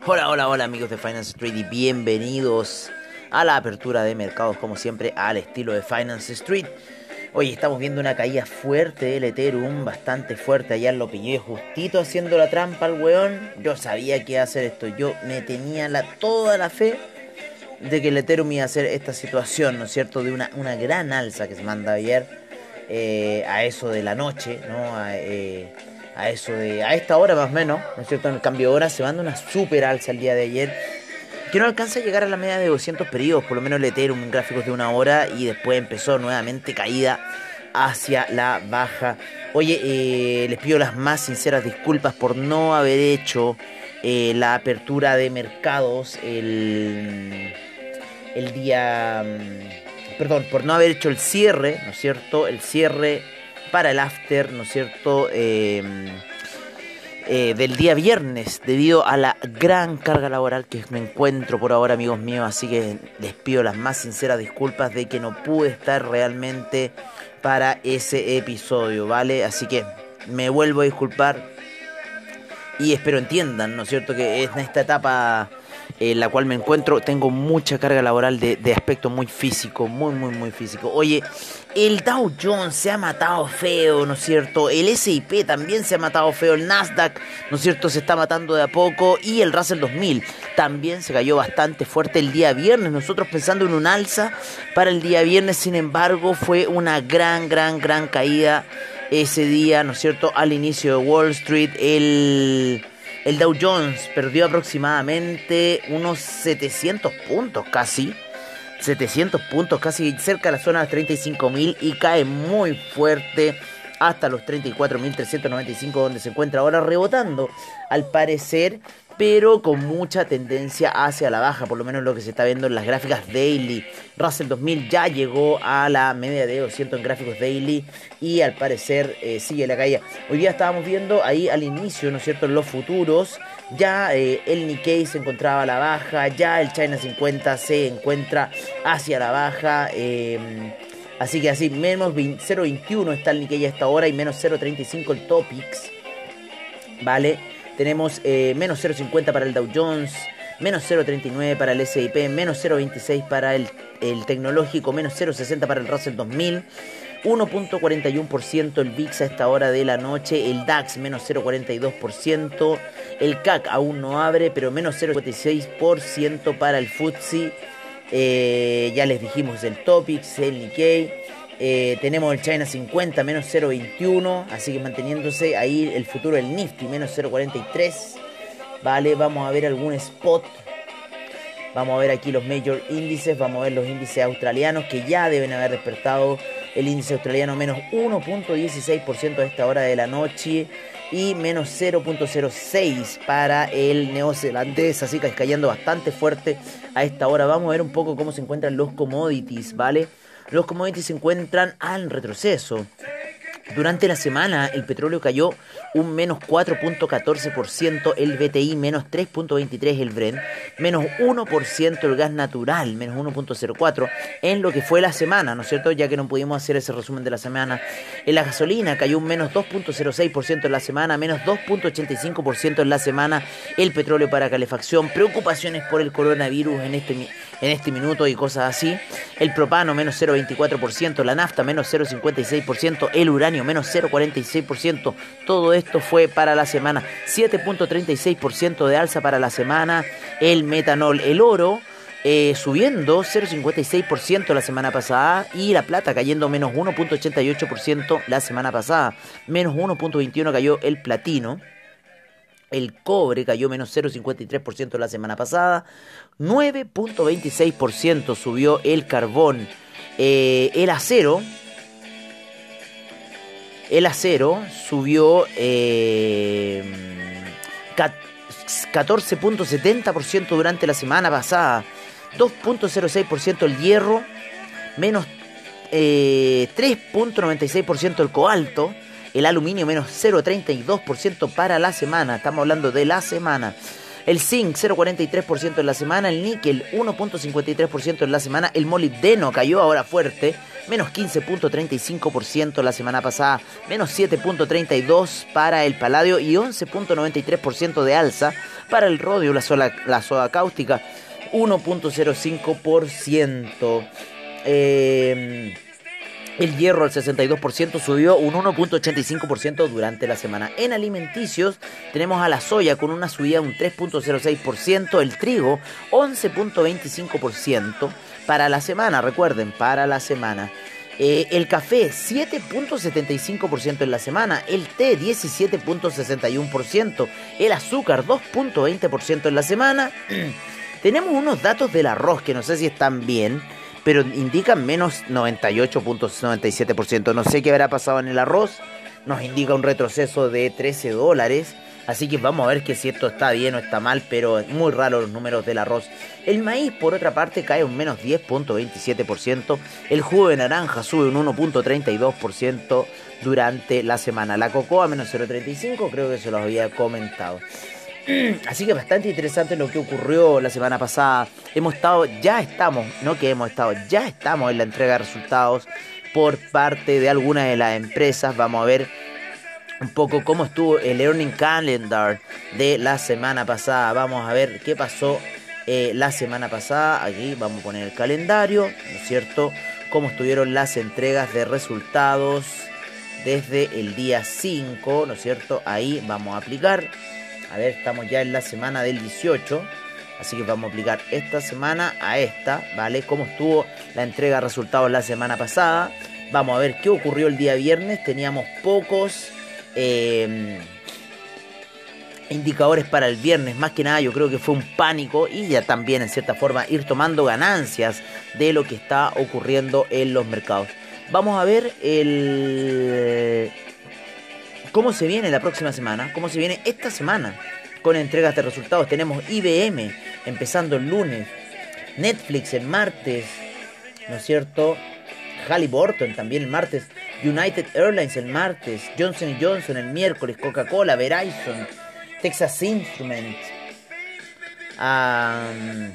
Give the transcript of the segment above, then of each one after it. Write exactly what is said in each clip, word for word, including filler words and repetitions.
Hola, hola, hola amigos de Finance Street y bienvenidos a la apertura de mercados como siempre al estilo de Finance Street. Hoy estamos viendo una caída fuerte del Ethereum, bastante fuerte. Ayer lo pillé justito haciendo la trampa al weón. Yo sabía que iba a hacer esto, yo me tenía la, toda la fe de que el Ethereum iba a hacer esta situación, ¿no es cierto? De una, una gran alza que se manda ayer eh, a eso de la noche, ¿no? A, eh, a eso de, a esta hora más o menos, ¿no es cierto? En el cambio de hora se manda una super alza el día de ayer, que no alcanza a llegar a la media de doscientos periodos, por lo menos el Ethereum en gráficos de una hora, y después empezó nuevamente caída hacia la baja. Oye, eh, les pido las más sinceras disculpas por no haber hecho eh, la apertura de mercados el, el día... Perdón, por no haber hecho el cierre, ¿no es cierto? El cierre para el after, ¿no es cierto? Eh, eh, del día viernes, debido a la gran carga laboral que me encuentro por ahora, amigos míos. Así que les pido las más sinceras disculpas de que no pude estar realmente para ese episodio, ¿vale? Así que me vuelvo a disculpar y espero entiendan, ¿no es cierto? Que en esta etapa en la cual me encuentro tengo mucha carga laboral de, de aspecto muy físico, muy, muy, muy físico. Oye, el Dow Jones se ha matado feo, ¿no es cierto? El S y P también se ha matado feo, el Nasdaq, ¿no es cierto? Se está matando de a poco, y el Russell dos mil también se cayó bastante fuerte el día viernes. Nosotros pensando en un alza para el día viernes, sin embargo, fue una gran, gran, gran caída ese día, ¿no es cierto? Al inicio de Wall Street, el... El Dow Jones perdió aproximadamente unos setecientos puntos casi. setecientos puntos casi, cerca de la zona de treinta y cinco mil, y cae muy fuerte hasta los treinta y cuatro mil trescientos noventa y cinco, donde se encuentra ahora rebotando al parecer, pero con mucha tendencia hacia la baja, por lo menos lo que se está viendo en las gráficas daily. Russell dos mil ya llegó a la media de doscientos en gráficos daily y al parecer eh, sigue la caída. Hoy día estábamos viendo ahí al inicio, ¿no es cierto?, en los futuros, ya eh, el Nikkei se encontraba a la baja, ya el China cincuenta se encuentra hacia la baja, eh, así que así, menos cero coma veintiuno está el Nikkei a esta hora y menos cero coma treinta y cinco el Topix, ¿vale? Tenemos eh, menos cero coma cincuenta para el Dow Jones, menos cero coma treinta y nueve para el S y P, menos cero coma veintiséis para el, el tecnológico, menos cero coma sesenta para el Russell dos mil, uno punto cuarenta y uno por ciento el V I X a esta hora de la noche, el DAX menos cero coma cuarenta y dos por ciento, el C A C aún no abre, pero menos cero coma cincuenta y seis por ciento para el F T S E, eh, ya les dijimos el Topix, el Nikkei. Eh, tenemos el China cincuenta menos cero coma veintiuno, así que manteniéndose ahí el futuro del Nifty menos cero coma cuarenta y tres. Vale, vamos a ver algún spot. Vamos a ver aquí los major índices, vamos a ver los índices australianos que ya deben haber despertado. El índice australiano menos uno punto dieciséis por ciento a esta hora de la noche y menos cero punto cero seis para el neozelandés, así que cayendo bastante fuerte a esta hora. Vamos a ver un poco cómo se encuentran los commodities, ¿vale? Los commodities se encuentran al retroceso. Durante la semana el petróleo cayó un menos cuatro punto catorce por ciento, el B T I menos tres punto veintitrés por ciento, el Brent menos uno por ciento, el gas natural menos uno punto cero cuatro por ciento en lo que fue la semana, ¿no es cierto? Ya que no pudimos hacer ese resumen de la semana. En la gasolina cayó un menos dos punto cero seis por ciento en la semana, menos dos punto ochenta y cinco por ciento en la semana. El petróleo para calefacción, preocupaciones por el coronavirus en este, en este minuto y cosas así. El propano menos cero punto veinticuatro por ciento, la nafta menos cero punto cincuenta y seis por ciento, el uranio menos cero punto cuarenta y seis por ciento. Todo esto fue para la semana. siete punto treinta y seis por ciento de alza para la semana. El metanol, el oro eh, subiendo cero punto cincuenta y seis por ciento la semana pasada, y la plata cayendo menos uno punto ochenta y ocho por ciento la semana pasada. Menos uno punto veintiuno por ciento cayó el platino. El cobre cayó menos cero punto cincuenta y tres por ciento la semana pasada. nueve punto veintiséis por ciento subió el carbón. Eh, el acero... El acero subió eh, catorce punto setenta por ciento durante la semana pasada. dos punto cero seis por ciento el hierro. Menos eh, tres punto noventa y seis por ciento el cobalto. El aluminio menos cero punto treinta y dos por ciento para la semana. Estamos hablando de la semana. El zinc cero punto cuarenta y tres por ciento en la semana. El níquel uno punto cincuenta y tres por ciento en la semana. El molibdeno cayó ahora fuerte. menos quince punto treinta y cinco por ciento la semana pasada, menos siete punto treinta y dos por ciento para el paladio y once punto noventa y tres por ciento de alza para el rodio, la soda, la soda cáustica, uno punto cero cinco por ciento. Eh... El hierro al sesenta y dos por ciento subió un uno punto ochenta y cinco por ciento durante la semana. En alimenticios tenemos a la soya con una subida de un tres punto cero seis por ciento, el trigo once punto veinticinco por ciento para la semana, recuerden, para la semana. Eh, el café siete punto setenta y cinco por ciento en la semana, el té diecisiete punto sesenta y uno por ciento, el azúcar dos punto veinte por ciento en la semana. Tenemos unos datos del arroz que no sé si están bien, pero indican menos noventa y ocho punto noventa y siete por ciento. No sé qué habrá pasado en el arroz. Nos indica un retroceso de trece dólares. Así que vamos a ver que si esto está bien o está mal, pero es muy raro los números del arroz. El maíz, por otra parte, cae un menos diez punto veintisiete por ciento. El jugo de naranja sube un uno punto treinta y dos por ciento durante la semana. La cocoa menos cero punto treinta y cinco por ciento, creo que se los había comentado. Así que bastante interesante lo que ocurrió la semana pasada. Hemos estado, ya estamos, no que hemos estado, ya estamos en la entrega de resultados por parte de algunas de las empresas. Vamos a ver un poco cómo estuvo el Earning Calendar de la semana pasada. Vamos a ver qué pasó eh, la semana pasada. Aquí vamos a poner el calendario, ¿no es cierto? Cómo estuvieron las entregas de resultados desde el día cinco, ¿no es cierto? Ahí vamos a aplicar. A ver, estamos ya en la semana del dieciocho, así que vamos a aplicar esta semana a esta, ¿vale? Cómo estuvo la entrega de resultados la semana pasada. Vamos a ver qué ocurrió el día viernes. Teníamos pocos eh, indicadores para el viernes. Más que nada yo creo que fue un pánico y ya también en cierta forma ir tomando ganancias de lo que está ocurriendo en los mercados. Vamos a ver el... cómo se viene la próxima semana, cómo se viene esta semana con entregas de resultados. Tenemos I B M empezando el lunes, Netflix el martes, ¿no es cierto? Halliburton también el martes, United Airlines el martes, Johnson y Johnson el miércoles, Coca-Cola, Verizon, Texas Instruments, um,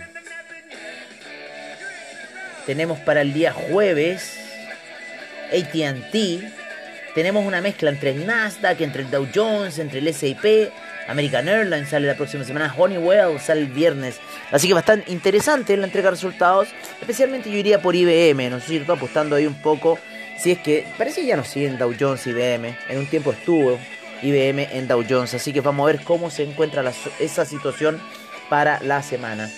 tenemos para el día jueves A T and T. Tenemos una mezcla entre el Nasdaq, entre el Dow Jones, entre el S and P. American Airlines sale la próxima semana. Honeywell sale el viernes. Así que bastante interesante la entrega de resultados. Especialmente yo iría por I B M, ¿no es cierto? Apostando ahí un poco. Si es que parece que ya no siguen Dow Jones I B M. En un tiempo estuvo I B M en Dow Jones. Así que vamos a ver cómo se encuentra la, esa situación para la semana.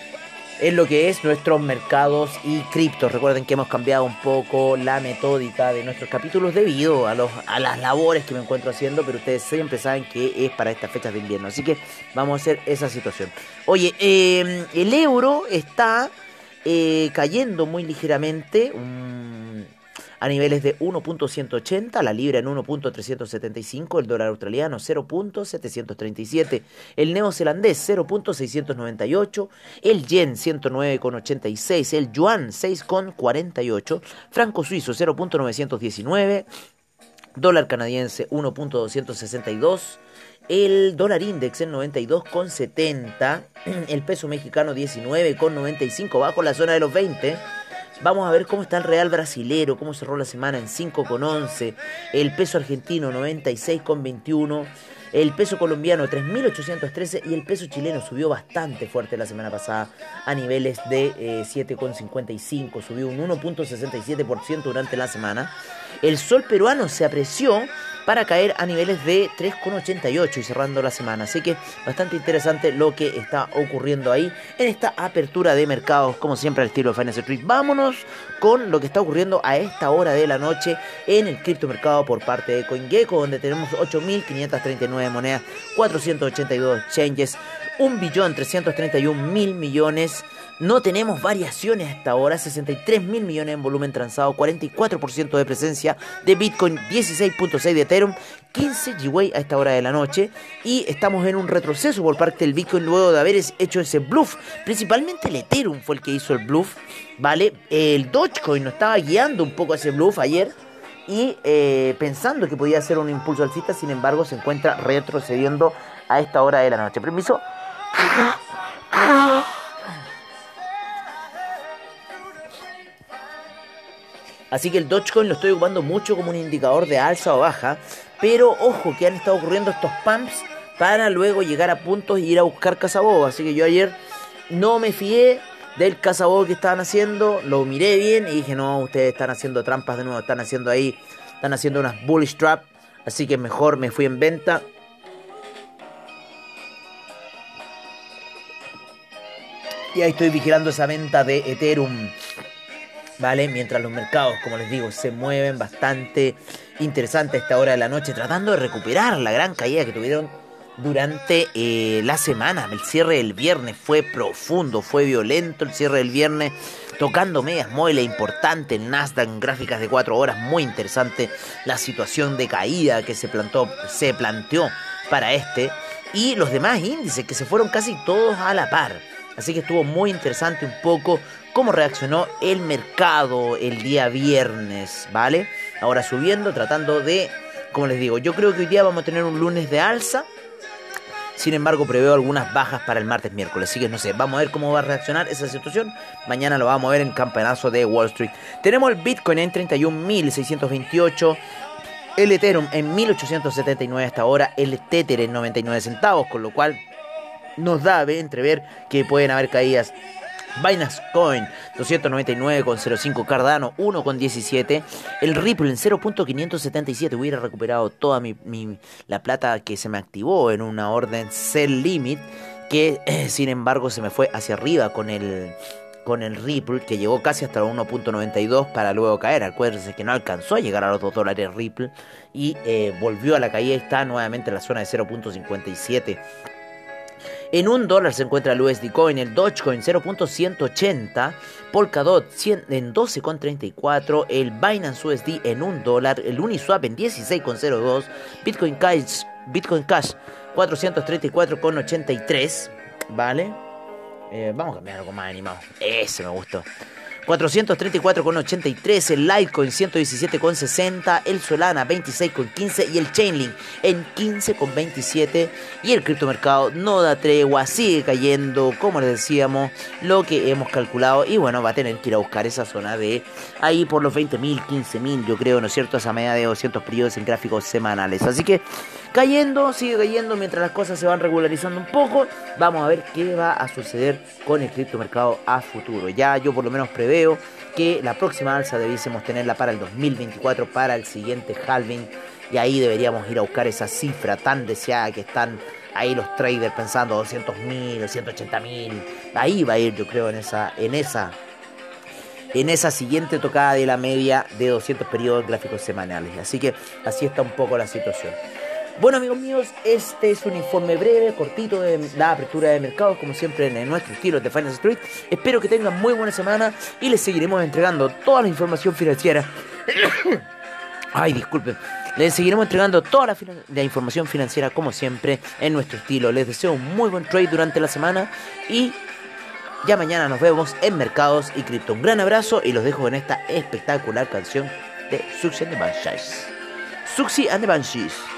En lo que es nuestros mercados y criptos. Recuerden que hemos cambiado un poco la metódica de nuestros capítulos debido a, los, a las labores que me encuentro haciendo, pero ustedes siempre saben que es para estas fechas de invierno, así que vamos a hacer esa situación. Oye, eh, el euro está eh, cayendo muy ligeramente, um, a niveles de uno punto ciento ochenta, la libra en uno punto trescientos setenta y cinco, el dólar australiano cero punto setecientos treinta y siete, el neozelandés cero punto seiscientos noventa y ocho, el yen ciento nueve punto ochenta y seis, el yuan seis punto cuarenta y ocho, franco suizo cero punto novecientos diecinueve, dólar canadiense uno punto doscientos sesenta y dos, el dólar index en noventa y dos punto setenta, el peso mexicano diecinueve punto noventa y cinco, bajo la zona de los veinte. Vamos a ver cómo está el real brasilero, cómo cerró la semana en cinco punto once, el peso argentino noventa y seis punto veintiuno, el peso colombiano tres mil ochocientos trece y el peso chileno subió bastante fuerte la semana pasada a niveles de eh, siete punto cincuenta y cinco, subió un uno punto sesenta y siete por ciento durante la semana. El sol peruano se apreció para caer a niveles de tres punto ochenta y ocho y cerrando la semana. Así que bastante interesante lo que está ocurriendo ahí en esta apertura de mercados, como siempre al estilo de Finance Street. Vámonos con lo que está ocurriendo a esta hora de la noche en el criptomercado por parte de CoinGecko, donde tenemos ocho mil quinientas treinta y nueve monedas, cuatrocientos ochenta y dos exchanges, un billón trescientos treinta y un mil millones. No tenemos variaciones hasta ahora, sesenta y tres mil millones en volumen transado, cuarenta y cuatro por ciento de presencia de Bitcoin, dieciséis punto seis de Ethereum, quince G W A a esta hora de la noche. Y estamos en un retroceso por parte del Bitcoin luego de haber hecho ese bluff. Principalmente el Ethereum fue el que hizo el bluff, ¿vale? El Dogecoin nos estaba guiando un poco a ese bluff ayer y eh, pensando que podía ser un impulso alcista, sin embargo se encuentra retrocediendo a esta hora de la noche. Permiso. Así que el Dogecoin lo estoy ocupando mucho como un indicador de alza o baja. Pero ojo que han estado ocurriendo estos pumps para luego llegar a puntos e ir a buscar cazabobo. Así que yo ayer no me fié del cazabobo que estaban haciendo. Lo miré bien y dije, no, ustedes están haciendo trampas de nuevo. Están haciendo ahí, están haciendo unas bullish trap. Así que mejor me fui en venta. Y ahí estoy vigilando esa venta de Ethereum, ¿vale? Mientras los mercados, como les digo, se mueven bastante interesante a esta hora de la noche, tratando de recuperar la gran caída que tuvieron durante eh, la semana. El cierre del viernes fue profundo, fue violento el cierre del viernes, tocando medias móviles importantes, el Nasdaq en gráficas de cuatro horas, muy interesante la situación de caída que se plantó, se planteó para este, y los demás índices que se fueron casi todos a la par. Así que estuvo muy interesante un poco cómo reaccionó el mercado el día viernes, ¿vale? Ahora subiendo, tratando de, como les digo, yo creo que hoy día vamos a tener un lunes de alza. Sin embargo, preveo algunas bajas para el martes, miércoles. Así que no sé, vamos a ver cómo va a reaccionar esa situación. Mañana lo vamos a ver en campanazo de Wall Street. Tenemos el Bitcoin en treinta y un mil seiscientos veintiocho. El Ethereum en mil ochocientos setenta y nueve hasta ahora. El Tether en noventa y nueve centavos, con lo cual nos da a entrever que pueden haber caídas. Binance Coin doscientos noventa y nueve con cero cinco, Cardano uno con diecisiete, el Ripple en cero punto quinientos setenta y siete. Hubiera recuperado toda mi, mi la plata que se me activó en una orden sell limit, que eh, sin embargo se me fue hacia arriba con el con el Ripple, que llegó casi hasta los uno punto noventa y dos para luego caer. Acuérdense que no alcanzó a llegar a los dos dólares Ripple y eh, volvió a la caída y está nuevamente en la zona de cero punto cincuenta y siete. En un dólar se encuentra el U S D Coin, el Dogecoin cero punto ciento ochenta, Polkadot cien en doce con treinta y cuatro, el Binance U S D en un dólar, el Uniswap en dieciséis con cero dos, Bitcoin Cash, Bitcoin Cash cuatrocientos treinta y cuatro con ochenta y tres, ¿vale? Eh, vamos a cambiar algo más animado, ese me gustó. cuatrocientos treinta y cuatro con ochenta y tres, el Litecoin ciento diecisiete con sesenta, el Solana veintiséis con quince y el Chainlink en quince con veintisiete. Y el criptomercado no da tregua, sigue cayendo, como les decíamos, lo que hemos calculado. Y bueno, va a tener que ir a buscar esa zona de ahí por los veinte mil, quince mil, yo creo, ¿no es cierto? Esa media de doscientos periodos en gráficos semanales. Así que cayendo, sigue cayendo mientras las cosas se van regularizando un poco. Vamos a ver qué va a suceder con el criptomercado a futuro. Ya yo por lo menos preveo que la próxima alza debiésemos tenerla para el dos mil veinticuatro, para el siguiente halving, y ahí deberíamos ir a buscar esa cifra tan deseada que están ahí los traders pensando, doscientos mil o ciento ochenta mil. Ahí va a ir, yo creo, en esa en esa en esa siguiente tocada de la media de doscientos periodos gráficos semanales. Así que así está un poco la situación. Bueno, amigos míos, este es un informe breve, cortito de la apertura de mercados, como siempre en nuestro estilo de Finance Street. Espero que tengan muy buena semana y les seguiremos entregando toda la información financiera. Ay, disculpen. Les seguiremos entregando toda la, la información financiera, como siempre, en nuestro estilo. Les deseo un muy buen trade durante la semana y ya mañana nos vemos en Mercados y Cripto. Un gran abrazo y los dejo con esta espectacular canción de Suxy and the Banshees. Suxy and the Banshees.